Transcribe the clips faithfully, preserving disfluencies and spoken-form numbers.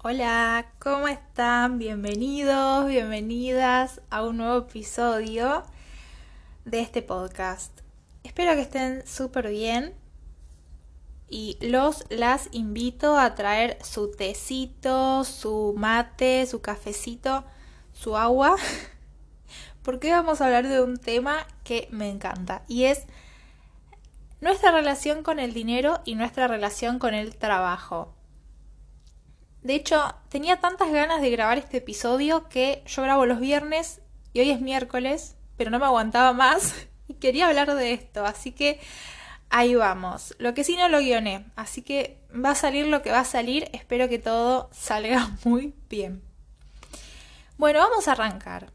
Hola, ¿cómo están? Bienvenidos, bienvenidas a un nuevo episodio de este podcast. Espero que estén súper bien y los las invito a traer su tecito, su mate, su cafecito, su agua, porque hoy vamos a hablar de un tema que me encanta y es nuestra relación con el dinero y nuestra relación con el trabajo. De hecho, tenía tantas ganas de grabar este episodio que yo grabo los viernes y hoy es miércoles, pero no me aguantaba más y quería hablar de esto, así que ahí vamos. Lo que sí no lo guioné, así que va a salir lo que va a salir, espero que todo salga muy bien. Bueno, vamos a arrancar.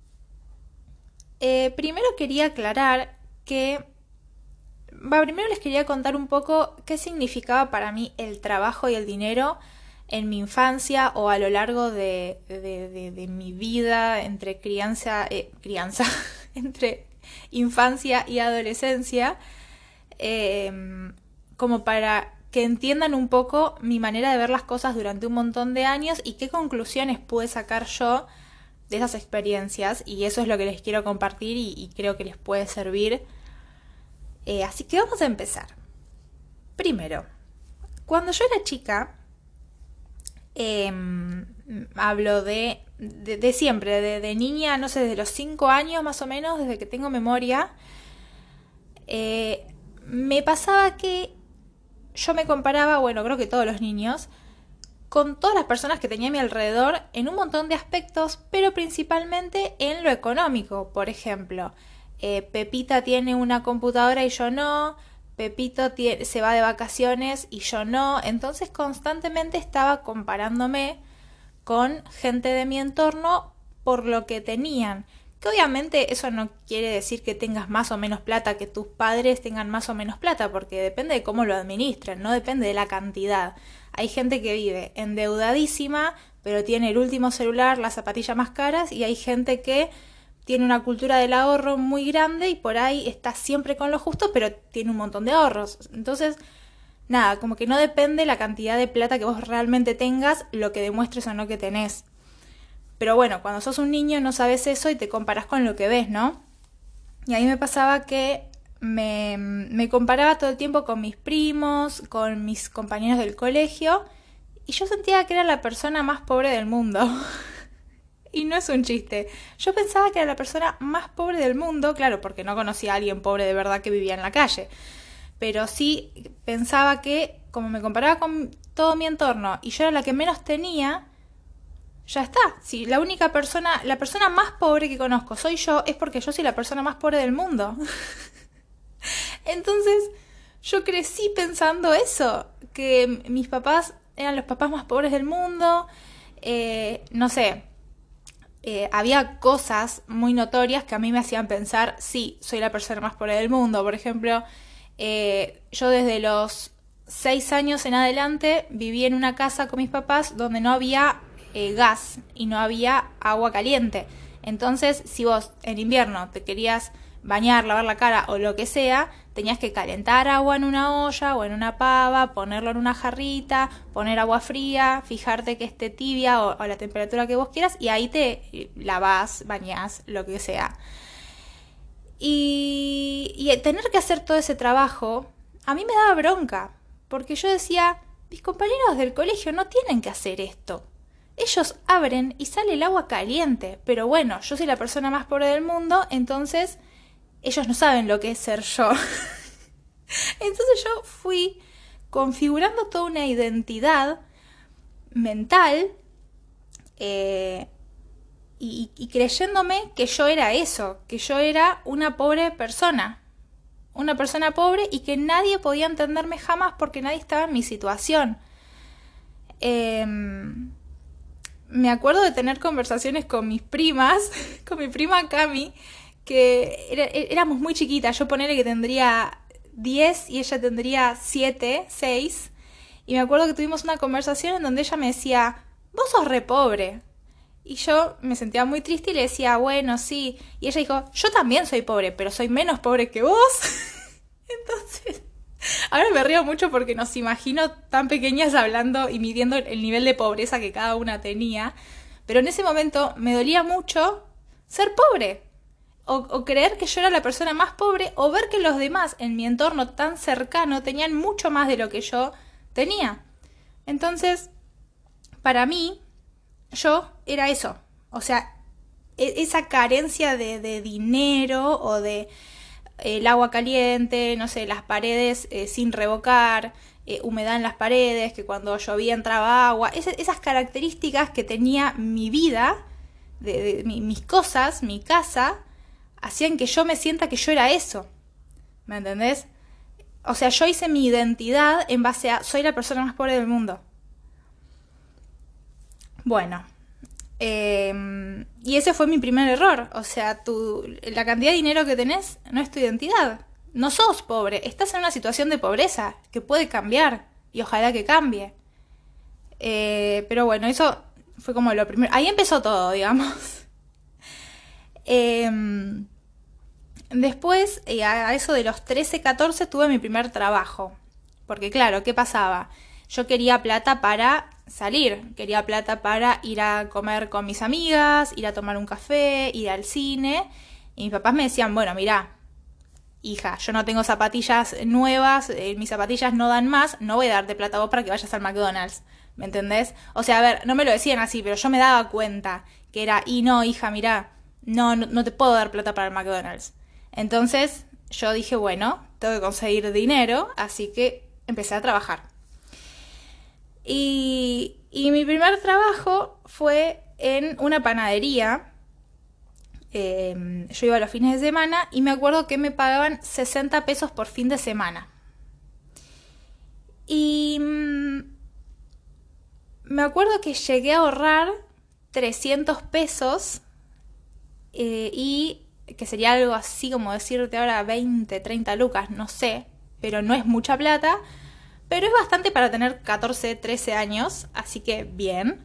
Eh, primero quería aclarar que... Va, primero les quería contar un poco qué significaba para mí el trabajo y el dinero en mi infancia o a lo largo de, de, de, de mi vida entre crianza, eh, crianza, entre infancia y adolescencia, eh, como para que entiendan un poco mi manera de ver las cosas durante un montón de años y qué conclusiones pude sacar yo de esas experiencias, y eso es lo que les quiero compartir y, y creo que les puede servir. Eh, así que vamos a empezar. Primero, cuando yo era chica, Eh, hablo de, de, de siempre, de, de niña, no sé, desde los cinco años más o menos, desde que tengo memoria, eh, me pasaba que yo me comparaba, bueno, creo que todos los niños, con todas las personas que tenía a mi alrededor en un montón de aspectos, pero principalmente en lo económico. Por ejemplo, eh, Pepita tiene una computadora y yo no, Pepito tiene, se va de vacaciones y yo no, entonces constantemente estaba comparándome con gente de mi entorno por lo que tenían. Que obviamente eso no quiere decir que tengas más o menos plata, que tus padres tengan más o menos plata, porque depende de cómo lo administren, no depende de la cantidad. Hay gente que vive endeudadísima, pero tiene el último celular, las zapatillas más caras, y hay gente que tiene una cultura del ahorro muy grande y por ahí está siempre con lo justo, pero tiene un montón de ahorros. Entonces, nada, como que no depende la cantidad de plata que vos realmente tengas, lo que demuestres o no que tenés. Pero bueno, cuando sos un niño no sabes eso y te comparas con lo que ves, ¿no? Y a mí me pasaba que me, me comparaba todo el tiempo con mis primos, con mis compañeros del colegio, y yo sentía que era la persona más pobre del mundo. Y no es un chiste. Yo pensaba que era la persona más pobre del mundo, claro, porque no conocía a alguien pobre de verdad que vivía en la calle. Pero sí pensaba que, como me comparaba con todo mi entorno y yo era la que menos tenía, ya está. Si la única persona, la persona más pobre que conozco soy yo, es porque yo soy la persona más pobre del mundo. Entonces, yo crecí pensando eso, que mis papás eran los papás más pobres del mundo. Eh, no sé, eh, había cosas muy notorias que a mí me hacían pensar, sí, soy la persona más pobre del mundo. Por ejemplo, eh, yo desde los seis años en adelante viví en una casa con mis papás donde no había eh, gas y no había agua caliente. Entonces, si vos en invierno te querías bañar, lavar la cara o lo que sea, tenías que calentar agua en una olla o en una pava, ponerlo en una jarrita, poner agua fría, fijarte que esté tibia o, o la temperatura que vos quieras, y ahí te lavás, bañás, lo que sea. Y, y tener que hacer todo ese trabajo a mí me daba bronca, porque yo decía, mis compañeros del colegio no tienen que hacer esto. Ellos abren y sale el agua caliente, pero bueno, yo soy la persona más pobre del mundo, entonces ellos no saben lo que es ser yo. Entonces yo fui configurando toda una identidad mental, eh, y, y creyéndome que yo era eso, que yo era una pobre persona, una persona pobre y que nadie podía entenderme jamás porque nadie estaba en mi situación. Eh, me acuerdo de tener conversaciones con mis primas, con mi prima Cami, que era, éramos muy chiquitas. Yo ponele que tendría diez y ella tendría siete, seis. Y me acuerdo que tuvimos una conversación en donde ella me decía, vos sos re pobre. Y yo me sentía muy triste y le decía, bueno, sí. Y ella dijo, yo también soy pobre, pero soy menos pobre que vos. Entonces, Ahora me río mucho porque nos imagino tan pequeñas hablando y midiendo el nivel de pobreza que cada una tenía. Pero en ese momento me dolía mucho ser pobre. O, o creer que yo era la persona más pobre, o ver que los demás en mi entorno tan cercano tenían mucho más de lo que yo tenía. Entonces, para mí, yo era eso. O sea, e- esa carencia de, de dinero o de eh, el agua caliente, no sé, las paredes eh, sin revocar, eh, humedad en las paredes, que cuando llovía entraba agua, esas, esas características que tenía mi vida, de, de mi, mis cosas, mi casa, hacían que yo me sienta que yo era eso. ¿Me entendés? O sea, yo hice mi identidad en base a soy la persona más pobre del mundo. Bueno, eh, y ese fue mi primer error. O sea, tu, la cantidad de dinero que tenés no es tu identidad. No sos pobre, estás en una situación de pobreza que puede cambiar y ojalá que cambie. Eh, pero bueno, eso fue como lo primero. Ahí empezó todo, digamos. Eh, Después, eh, a eso de los trece, catorce, tuve mi primer trabajo. Porque claro, ¿qué pasaba? Yo quería plata para salir, quería plata para ir a comer con mis amigas, ir a tomar un café, ir al cine. Y mis papás me decían, bueno, mirá, hija, yo no tengo zapatillas nuevas, eh, mis zapatillas no dan más, no voy a darte plata a vos para que vayas al McDonald's. ¿Me entendés? O sea, a ver, no me lo decían así, pero yo me daba cuenta que era, y no, hija, mirá, no, no, no te puedo dar plata para el McDonald's. Entonces yo dije, bueno, tengo que conseguir dinero, así que empecé a trabajar. Y, y mi primer trabajo fue en una panadería. Eh, yo iba los fines de semana y me acuerdo que me pagaban sesenta pesos por fin de semana. Y mm, me acuerdo que llegué a ahorrar trescientos pesos eh, y que sería algo así como decirte ahora veinte, treinta lucas, no sé, pero no es mucha plata, pero es bastante para tener catorce, trece años, así que bien.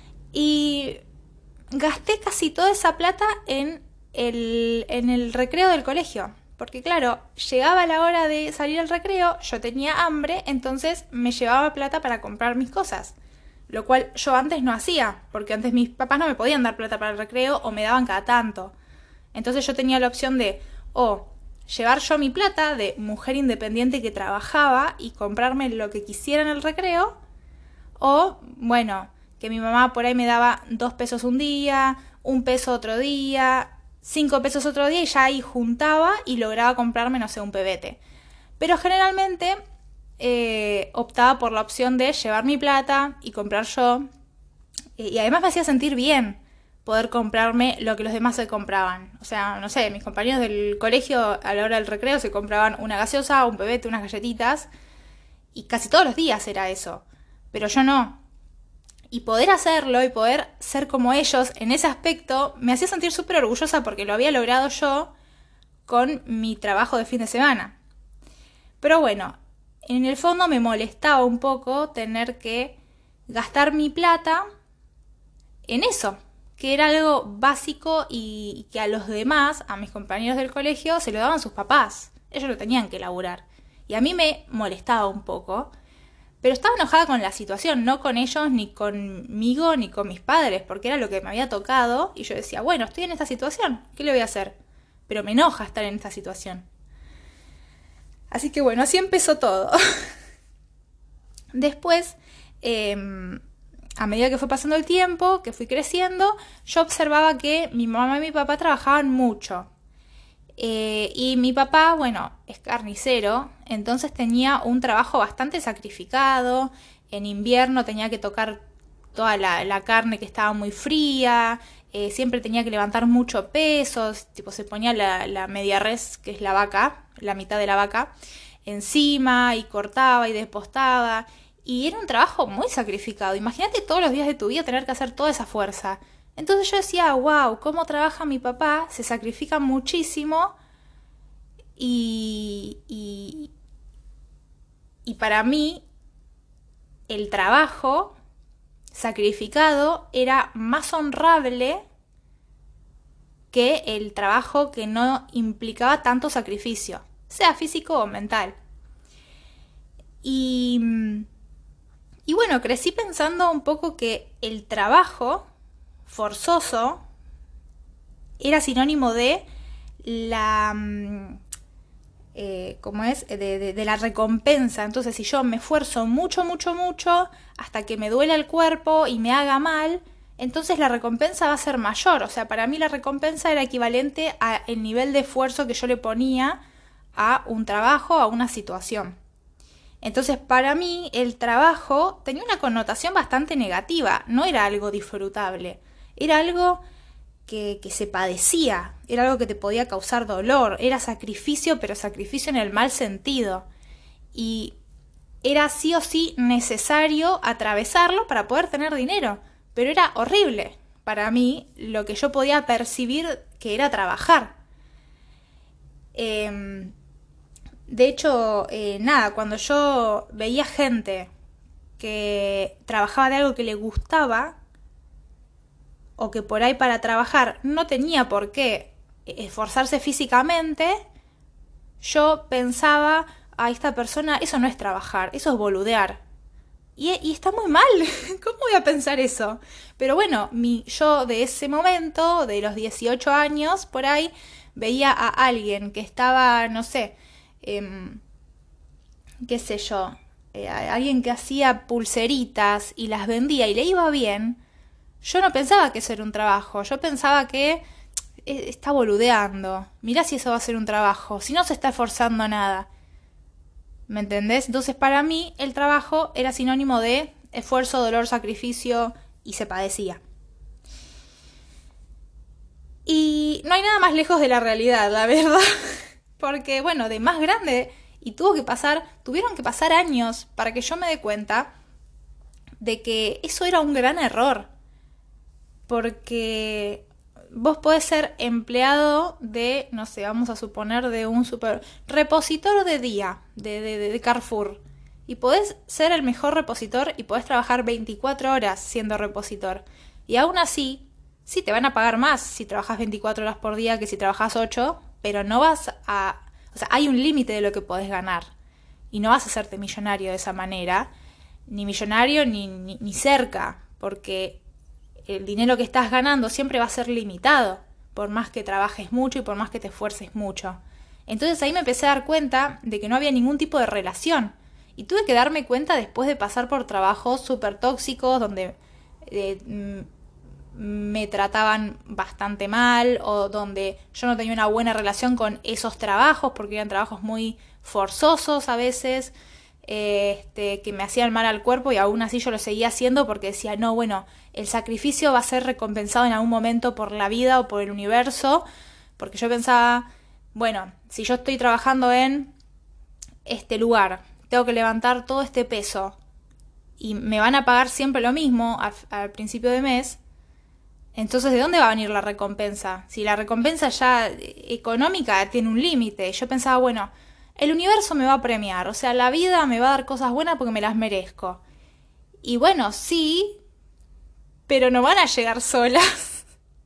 Y gasté casi toda esa plata en el, en el recreo del colegio. Porque claro, llegaba la hora de salir al recreo, yo tenía hambre, entonces me llevaba plata para comprar mis cosas. Lo cual yo antes no hacía, porque antes mis papás no me podían dar plata para el recreo o me daban cada tanto. Entonces yo tenía la opción de o llevar yo mi plata de mujer independiente que trabajaba y comprarme lo que quisiera en el recreo, o bueno, que mi mamá por ahí me daba dos pesos un día, un peso otro día, cinco pesos otro día y ya ahí juntaba y lograba comprarme, no sé, un pebete. Pero generalmente eh, optaba por la opción de llevar mi plata y comprar yo. Eh, y además me hacía sentir bien poder comprarme lo que los demás se compraban. O sea, no sé, mis compañeros del colegio a la hora del recreo se compraban una gaseosa, un pebete, unas galletitas. Y casi todos los días era eso. Pero yo no. Y poder hacerlo y poder ser como ellos en ese aspecto me hacía sentir súper orgullosa porque lo había logrado yo con mi trabajo de fin de semana. Pero bueno, en el fondo me molestaba un poco tener que gastar mi plata en eso, que era algo básico y que a los demás, a mis compañeros del colegio, se lo daban sus papás. Ellos lo tenían que laburar. Y a mí me molestaba un poco, pero estaba enojada con la situación, no con ellos, ni conmigo, ni con mis padres, porque era lo que me había tocado. Y yo decía, bueno, estoy en esta situación, ¿qué le voy a hacer? Pero me enoja estar en esta situación. Así que bueno, así empezó todo. Después, eh, a medida que fue pasando el tiempo, que fui creciendo, yo observaba que mi mamá y mi papá trabajaban mucho. Eh, y mi papá, bueno, es carnicero, entonces tenía un trabajo bastante sacrificado. En invierno tenía que tocar toda la, la carne que estaba muy fría, eh, siempre tenía que levantar mucho peso, tipo se ponía la, la media res, que es la vaca, la mitad de la vaca, encima y cortaba y despostaba. Y era un trabajo muy sacrificado. Imagínate todos los días de tu vida tener que hacer toda esa fuerza. Entonces yo decía, wow, cómo trabaja mi papá, se sacrifica muchísimo y, y, y para mí el trabajo sacrificado era más honrable que el trabajo que no implicaba tanto sacrificio, sea físico o mental. Y, y bueno, crecí pensando un poco que el trabajo forzoso era sinónimo de la... Eh, como es, de, de, de la recompensa. Entonces, si yo me esfuerzo mucho, mucho, mucho, hasta que me duela el cuerpo y me haga mal, entonces la recompensa va a ser mayor. O sea, para mí la recompensa era equivalente al nivel de esfuerzo que yo le ponía a un trabajo, a una situación. Entonces, para mí, el trabajo tenía una connotación bastante negativa. No era algo disfrutable. Era algo que, que se padecía, era algo que te podía causar dolor, era sacrificio, pero sacrificio en el mal sentido. Y era sí o sí necesario atravesarlo para poder tener dinero, pero era horrible para mí lo que yo podía percibir que era trabajar. Eh, de hecho, eh, nada, cuando yo veía gente que trabajaba de algo que le gustaba, o que por ahí para trabajar no tenía por qué esforzarse físicamente, yo pensaba, a esta persona, eso no es trabajar, eso es boludear. Y, y está muy mal, ¿cómo voy a pensar eso? Pero bueno, mi yo de ese momento, de los dieciocho años, por ahí, veía a alguien que estaba, no sé, eh, qué sé yo, eh, alguien que hacía pulseritas y las vendía y le iba bien. Yo no pensaba que eso era un trabajo, yo pensaba que está boludeando. Mirá si eso va a ser un trabajo, si no se está esforzando nada. ¿Me entendés? Entonces para mí el trabajo era sinónimo de esfuerzo, dolor, sacrificio y se padecía. Y no hay nada más lejos de la realidad, la verdad. Porque bueno, de más grande, y tuvo que pasar, tuvieron que pasar años para que yo me dé cuenta de que eso era un gran error. Porque vos podés ser empleado de, no sé, vamos a suponer de un super repositor de día, de, de, de Carrefour. Y podés ser el mejor repositor y podés trabajar veinticuatro horas siendo repositor. Y aún así, sí te van a pagar más si trabajas veinticuatro horas por día que si trabajas ocho, pero no vas a... O sea, hay un límite de lo que podés ganar. Y no vas a hacerte millonario de esa manera, ni millonario ni, ni, ni cerca, porque el dinero que estás ganando siempre va a ser limitado, por más que trabajes mucho y por más que te esfuerces mucho. Entonces ahí me empecé a dar cuenta de que no había ningún tipo de relación. Y tuve que darme cuenta después de pasar por trabajos súper tóxicos, donde eh, me trataban bastante mal, o donde yo no tenía una buena relación con esos trabajos, porque eran trabajos muy forzosos a veces, Este, que me hacían mal al cuerpo, y aún así yo lo seguía haciendo porque decía, no, bueno, el sacrificio va a ser recompensado en algún momento por la vida o por el universo, porque yo pensaba, bueno, si yo estoy trabajando en este lugar, tengo que levantar todo este peso y me van a pagar siempre lo mismo al, al principio de mes, entonces ¿de dónde va a venir la recompensa? Si la recompensa ya económica tiene un límite. Yo pensaba, bueno, el universo me va a premiar, o sea, la vida me va a dar cosas buenas porque me las merezco. Y bueno, sí, pero no van a llegar solas.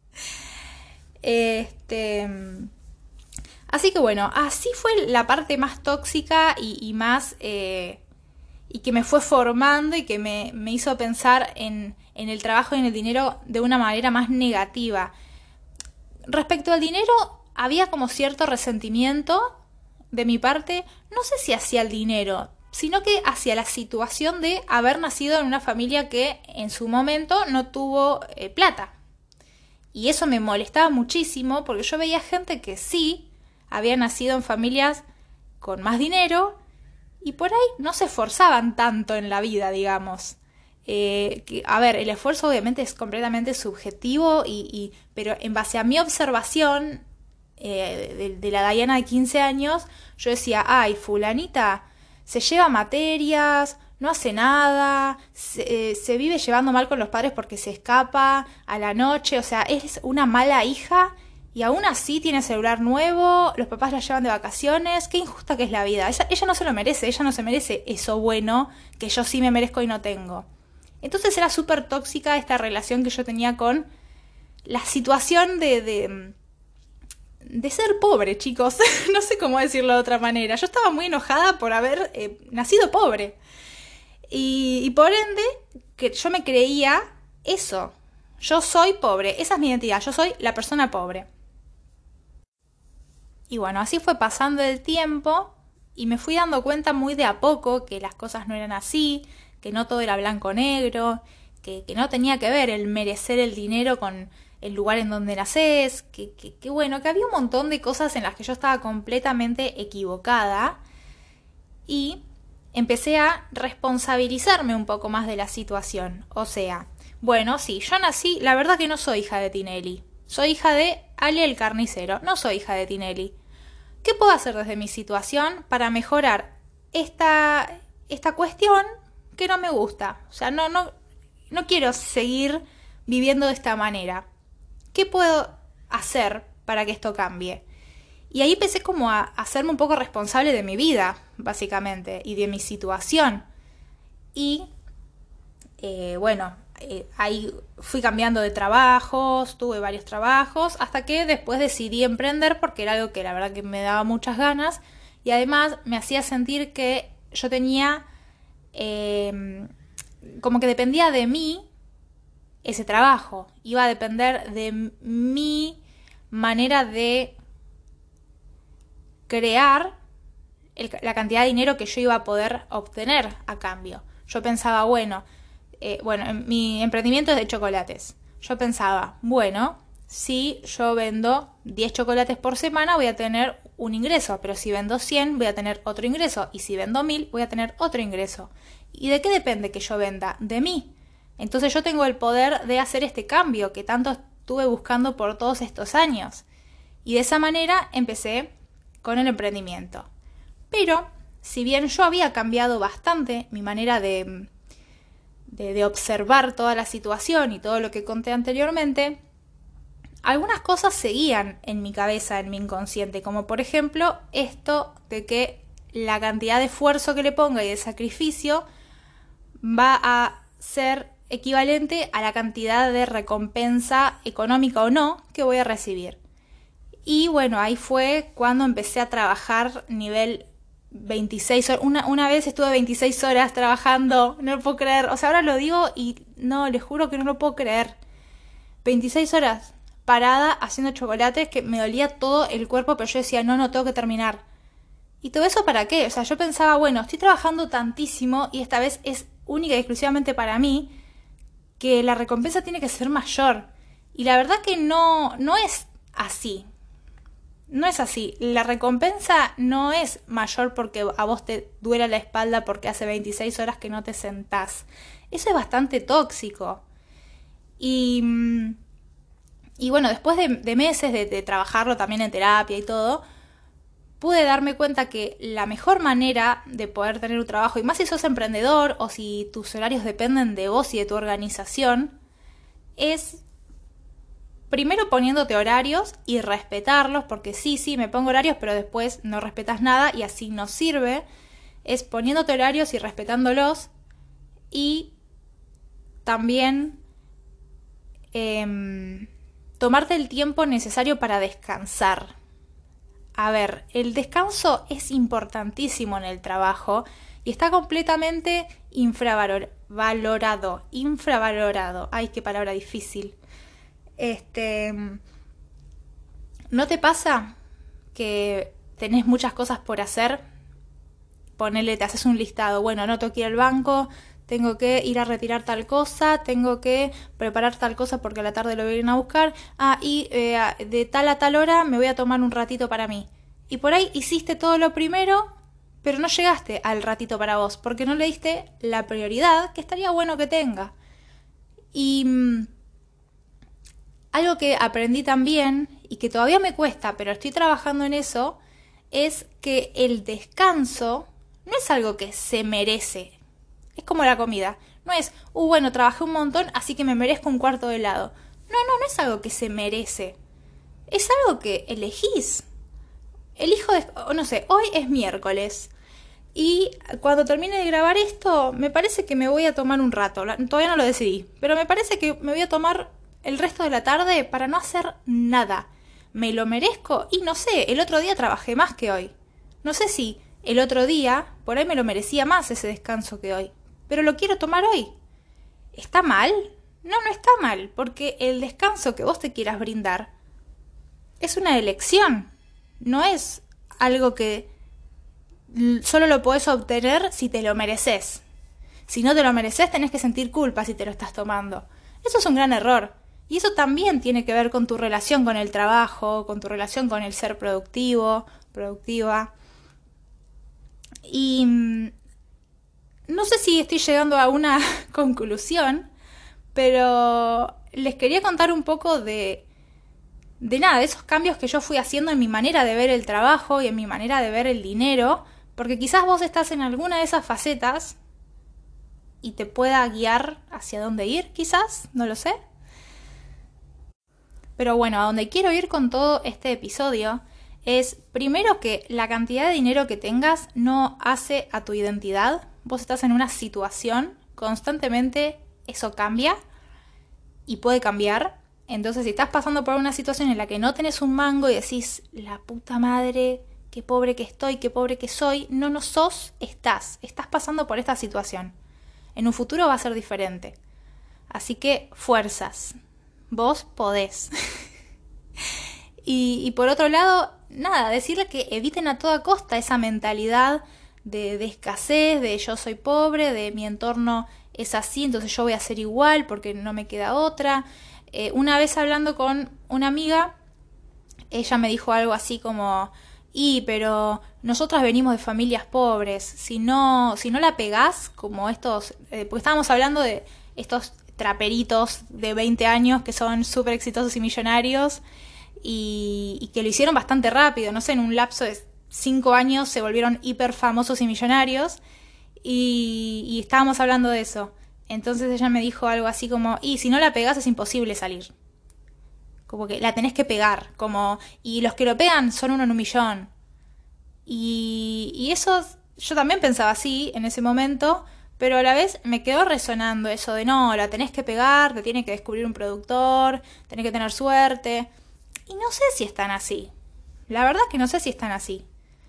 este, así que bueno, así fue la parte más tóxica y, y más... Eh, y que me fue formando y que me, me hizo pensar en, en el trabajo y en el dinero de una manera más negativa. Respecto al dinero, había como cierto resentimiento de mi parte, no sé si hacia el dinero, sino que hacia la situación de haber nacido en una familia que en su momento no tuvo eh, plata. Y eso me molestaba muchísimo porque yo veía gente que sí había nacido en familias con más dinero y por ahí no se esforzaban tanto en la vida, digamos. Eh, que, a ver, el esfuerzo obviamente es completamente subjetivo, y, y pero en base a mi observación eh, de, de la Diana de quince años, yo decía, ay, fulanita se lleva materias, no hace nada, se, eh, se vive llevando mal con los padres porque se escapa a la noche, o sea, es una mala hija. Y aún así tiene celular nuevo, los papás la llevan de vacaciones, qué injusta que es la vida. Ella, ella no se lo merece, ella no se merece eso bueno que yo sí me merezco y no tengo. Entonces era súper tóxica esta relación que yo tenía con la situación de, de, de ser pobre, chicos. No sé cómo decirlo de otra manera. Yo estaba muy enojada por haber eh, nacido pobre. Y, y por ende, que yo me creía eso. Yo soy pobre, esa es mi identidad, yo soy la persona pobre. Y bueno, así fue pasando el tiempo y me fui dando cuenta muy de a poco que las cosas no eran así, que no todo era blanco-negro, que, que no tenía que ver el merecer el dinero con el lugar en donde naces, que, que, que bueno, que había un montón de cosas en las que yo estaba completamente equivocada y empecé a responsabilizarme un poco más de la situación. O sea, bueno, sí, yo nací, la verdad que no soy hija de Tinelli. Soy hija de Ale el carnicero, no soy hija de Tinelli. ¿Qué puedo hacer desde mi situación para mejorar esta, esta cuestión que no me gusta? O sea, no, no, no quiero seguir viviendo de esta manera. ¿Qué puedo hacer para que esto cambie? Y ahí empecé como a hacerme un poco responsable de mi vida, básicamente, y de mi situación. Y, eh, bueno, eh, ahí fui cambiando de trabajos, tuve varios trabajos, hasta que después decidí emprender porque era algo que la verdad que me daba muchas ganas y además me hacía sentir que yo tenía, eh, como que dependía de mí ese trabajo, iba a depender de mi manera de crear el, la cantidad de dinero que yo iba a poder obtener a cambio. Yo pensaba, bueno, eh, bueno, mi emprendimiento es de chocolates. Yo pensaba, bueno, si yo vendo diez chocolates por semana voy a tener un ingreso, pero si vendo cien voy a tener otro ingreso y si vendo mil voy a tener otro ingreso. ¿Y de qué depende que yo venda? De mí. Entonces yo tengo el poder de hacer este cambio que tanto estuve buscando por todos estos años. Y de esa manera empecé con el emprendimiento. Pero, si bien yo había cambiado bastante mi manera de, de, de observar toda la situación y todo lo que conté anteriormente, algunas cosas seguían en mi cabeza, en mi inconsciente, como por ejemplo esto de que la cantidad de esfuerzo que le ponga y de sacrificio va a ser equivalente a la cantidad de recompensa económica o no que voy a recibir. Y bueno, ahí fue cuando empecé a trabajar nivel veintiséis horas. Una, una vez estuve veintiséis horas trabajando, no lo puedo creer. O sea, ahora lo digo y no, les juro que no lo puedo creer. veintiséis horas parada haciendo chocolates que me dolía todo el cuerpo, pero yo decía, no, no, tengo que terminar. ¿Y todo eso para qué? O sea, yo pensaba, bueno, estoy trabajando tantísimo y esta vez es única y exclusivamente para mí, que la recompensa tiene que ser mayor. Y la verdad que no, no es así. No es así. La recompensa no es mayor porque a vos te duela la espalda porque hace veintiséis horas que no te sentás. Eso es bastante tóxico. Y, y bueno, después de, de meses de, de trabajarlo también en terapia y todo, pude darme cuenta que la mejor manera de poder tener un trabajo, y más si sos emprendedor o si tus horarios dependen de vos y de tu organización, es primero poniéndote horarios y respetarlos, porque sí, sí, me pongo horarios, pero después no respetas nada y así no sirve. Es poniéndote horarios y respetándolos y también eh, tomarte el tiempo necesario para descansar. A ver, el descanso es importantísimo en el trabajo y está completamente infravalorado, infravalorado. Ay, qué palabra difícil. Este, ¿no te pasa que tenés muchas cosas por hacer? Ponele, te haces un listado. Bueno, no tengo que ir al banco, tengo que ir a retirar tal cosa, tengo que preparar tal cosa porque a la tarde lo voy a ir a buscar. Ah, y eh, de tal a tal hora me voy a tomar un ratito para mí. Y por ahí hiciste todo lo primero, pero no llegaste al ratito para vos, porque no le diste la prioridad que estaría bueno que tenga. Y mmm, algo que aprendí también, y que todavía me cuesta, pero estoy trabajando en eso, es que el descanso no es algo que se merece. Es como la comida. No es, uh, bueno, trabajé un montón, así que me merezco un cuarto de helado. No, no, no es algo que se merece. Es algo que elegís. Elijo, de, no sé, hoy es miércoles. Y cuando termine de grabar esto, me parece que me voy a tomar un rato. Todavía no lo decidí. Pero me parece que me voy a tomar el resto de la tarde para no hacer nada. ¿Me lo merezco? Y no sé, el otro día trabajé más que hoy. No sé si el otro día por ahí me lo merecía más ese descanso que hoy, pero lo quiero tomar hoy. ¿Está mal? No, no está mal, porque el descanso que vos te quieras brindar es una elección, no es algo que solo lo podés obtener si te lo mereces. Si no te lo mereces, tenés que sentir culpa si te lo estás tomando. Eso es un gran error. Y eso también tiene que ver con tu relación con el trabajo, con tu relación con el ser productivo, productiva. Y no sé si estoy llegando a una conclusión, pero les quería contar un poco de, de nada, de esos cambios que yo fui haciendo en mi manera de ver el trabajo y en mi manera de ver el dinero, porque quizás vos estás en alguna de esas facetas y te pueda guiar hacia dónde ir, quizás, no lo sé. Pero bueno, a donde quiero ir con todo este episodio es, primero, que la cantidad de dinero que tengas no hace a tu identidad. Vos estás en una situación, constantemente eso cambia y puede cambiar. Entonces, si estás pasando por una situación en la que no tenés un mango y decís, la puta madre, qué pobre que estoy, qué pobre que soy, no, no sos, estás. Estás pasando por esta situación. En un futuro va a ser diferente. Así que, fuerzas. Vos podés. y, y por otro lado, nada, decirles que eviten a toda costa esa mentalidad de, de escasez, de yo soy pobre, de mi entorno es así, entonces yo voy a ser igual porque no me queda otra. Eh, una vez hablando con una amiga, ella me dijo algo así como, y pero nosotras venimos de familias pobres, si no, si no la pegás, como estos, eh, porque estábamos hablando de estos traperitos de veinte años que son súper exitosos y millonarios y, y que lo hicieron bastante rápido, no sé, en un lapso de cinco años se volvieron hiper famosos y millonarios y, y estábamos hablando de eso. Entonces ella me dijo algo así como, y si no la pegás es imposible salir. Como que la tenés que pegar, como, y los que lo pegan son uno en un millón. Y, y eso yo también pensaba así en ese momento, pero a la vez me quedó resonando eso de no, la tenés que pegar, te tiene que descubrir un productor, tenés que tener suerte. Y no sé si están así. La verdad es que no sé si están así.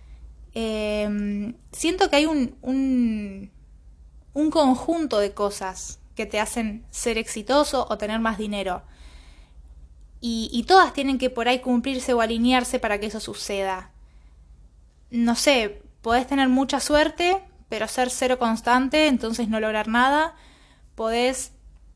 Eh, siento que hay un, un, un conjunto de cosas que te hacen ser exitoso o tener más dinero. Y, y todas tienen que por ahí cumplirse o alinearse para que eso suceda. No sé, podés tener mucha suerte, pero ser cero constante, entonces no lograr nada. Podés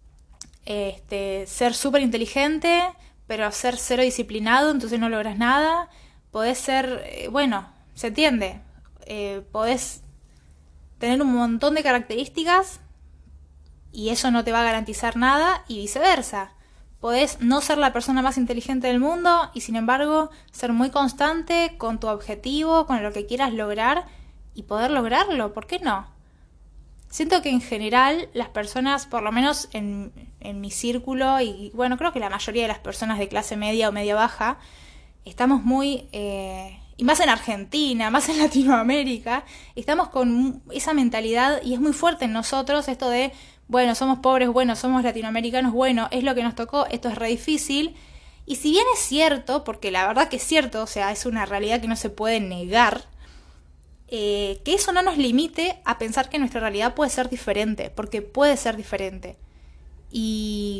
este, ser súper inteligente, pero ser cero disciplinado, entonces no logras nada. Podés ser, eh, bueno, se entiende. Eh, podés tener un montón de características y eso no te va a garantizar nada, y viceversa. Podés no ser la persona más inteligente del mundo y sin embargo ser muy constante con tu objetivo, con lo que quieras lograr y poder lograrlo, ¿por qué no? Siento que en general las personas, por lo menos en, en mi círculo, y bueno, creo que la mayoría de las personas de clase media o media baja, estamos muy, eh, y más en Argentina, más en Latinoamérica, estamos con esa mentalidad y es muy fuerte en nosotros esto de, bueno, somos pobres, bueno, somos latinoamericanos, bueno, es lo que nos tocó, esto es re difícil. Y si bien es cierto, porque la verdad que es cierto, o sea, es una realidad que no se puede negar, eh, que eso no nos limite a pensar que nuestra realidad puede ser diferente, porque puede ser diferente. Y,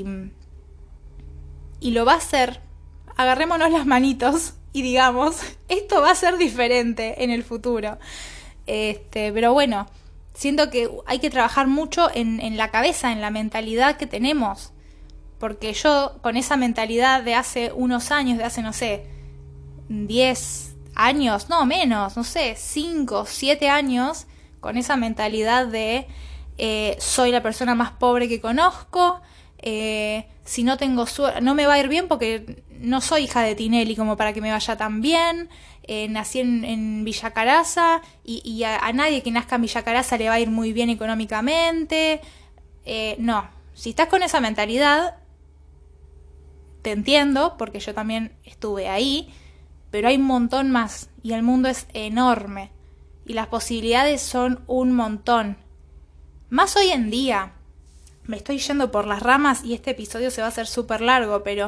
y lo va a ser. Agarrémonos las manitos y digamos, esto va a ser diferente en el futuro. Este, pero bueno, siento que hay que trabajar mucho en, en la cabeza, en la mentalidad que tenemos. Porque yo, con esa mentalidad de hace unos años, de hace, no sé, diez años, no menos, no sé, cinco, siete años, con esa mentalidad de eh, soy la persona más pobre que conozco, eh, si no tengo suerte, no me va a ir bien porque no soy hija de Tinelli como para que me vaya tan bien. Eh, nací en, en Villa Caraza y, y a, a nadie que nazca en Villa Caraza le va a ir muy bien económicamente. Eh, no, si estás con esa mentalidad, te entiendo porque yo también estuve ahí, pero hay un montón más y el mundo es enorme y las posibilidades son un montón. Más hoy en día, me estoy yendo por las ramas y este episodio se va a hacer súper largo, pero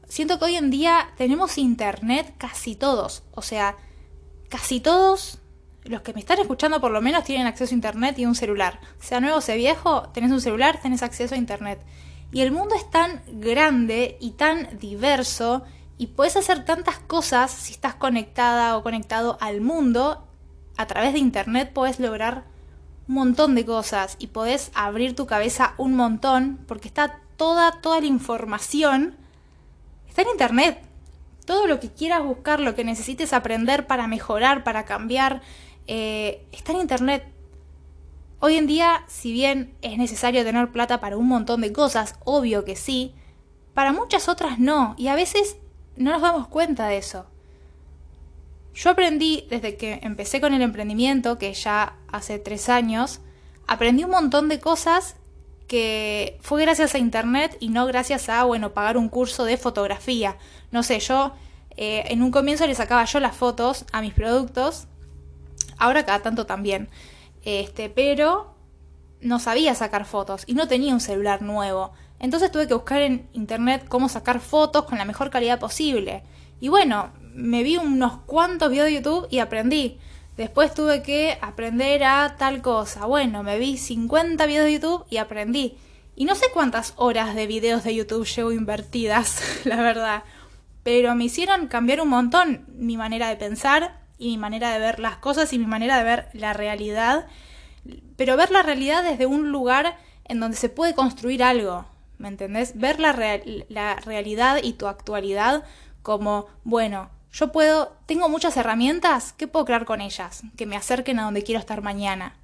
siento que hoy en día tenemos internet casi todos. O sea, casi todos los que me están escuchando por lo menos tienen acceso a internet y un celular. Sea nuevo o sea viejo, tenés un celular, tenés acceso a internet. Y el mundo es tan grande y tan diverso y podés hacer tantas cosas si estás conectada o conectado al mundo. A través de internet podés lograr un montón de cosas y podés abrir tu cabeza un montón porque está toda, toda la información está en internet. Todo lo que quieras buscar, lo que necesites aprender para mejorar, para cambiar, eh, está en internet. Hoy en día, si bien es necesario tener plata para un montón de cosas, obvio que sí, para muchas otras no, y a veces no nos damos cuenta de eso. Yo aprendí, desde que empecé con el emprendimiento, que ya hace tres años, aprendí un montón de cosas que fue gracias a internet y no gracias a, bueno, pagar un curso de fotografía. No sé, yo eh, en un comienzo le sacaba yo las fotos a mis productos, ahora cada tanto también. Este, pero no sabía sacar fotos y no tenía un celular nuevo. Entonces tuve que buscar en internet cómo sacar fotos con la mejor calidad posible. Y bueno, me vi unos cuantos videos de YouTube y aprendí. Después tuve que aprender a tal cosa. Bueno, me vi cincuenta videos de YouTube y aprendí. Y no sé cuántas horas de videos de YouTube llevo invertidas, la verdad. Pero me hicieron cambiar un montón mi manera de pensar y mi manera de ver las cosas y mi manera de ver la realidad, pero ver la realidad desde un lugar en donde se puede construir algo, ¿me entendés? Ver la, real, la realidad y tu actualidad como, bueno, yo puedo, tengo muchas herramientas, ¿qué puedo crear con ellas? Que me acerquen a donde quiero estar mañana.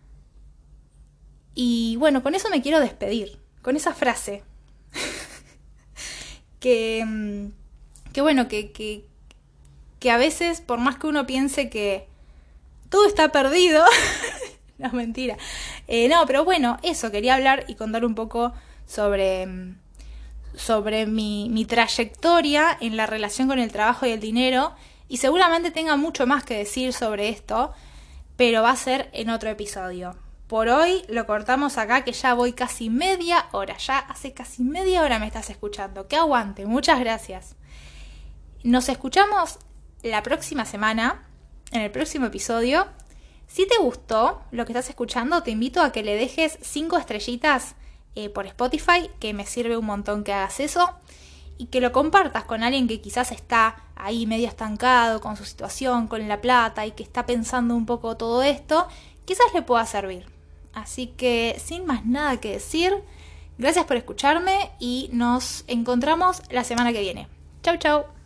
Y bueno, con eso me quiero despedir, con esa frase. que, que bueno, que... que que a veces, por más que uno piense que todo está perdido, no, mentira. Eh, no, pero bueno, eso, quería hablar y contar un poco sobre, sobre mi, mi trayectoria en la relación con el trabajo y el dinero, y seguramente tenga mucho más que decir sobre esto, pero va a ser en otro episodio. Por hoy lo cortamos acá, que ya voy casi media hora, ya hace casi media hora me estás escuchando. Que aguante, muchas gracias. Nos escuchamos la próxima semana, en el próximo episodio. Si te gustó lo que estás escuchando, te invito a que le dejes cinco estrellitas eh, por Spotify, que me sirve un montón que hagas eso, y que lo compartas con alguien que quizás está ahí medio estancado con su situación, con la plata, y que está pensando un poco todo esto, quizás le pueda servir. Así que, sin más nada que decir, gracias por escucharme y nos encontramos la semana que viene. Chau, chau.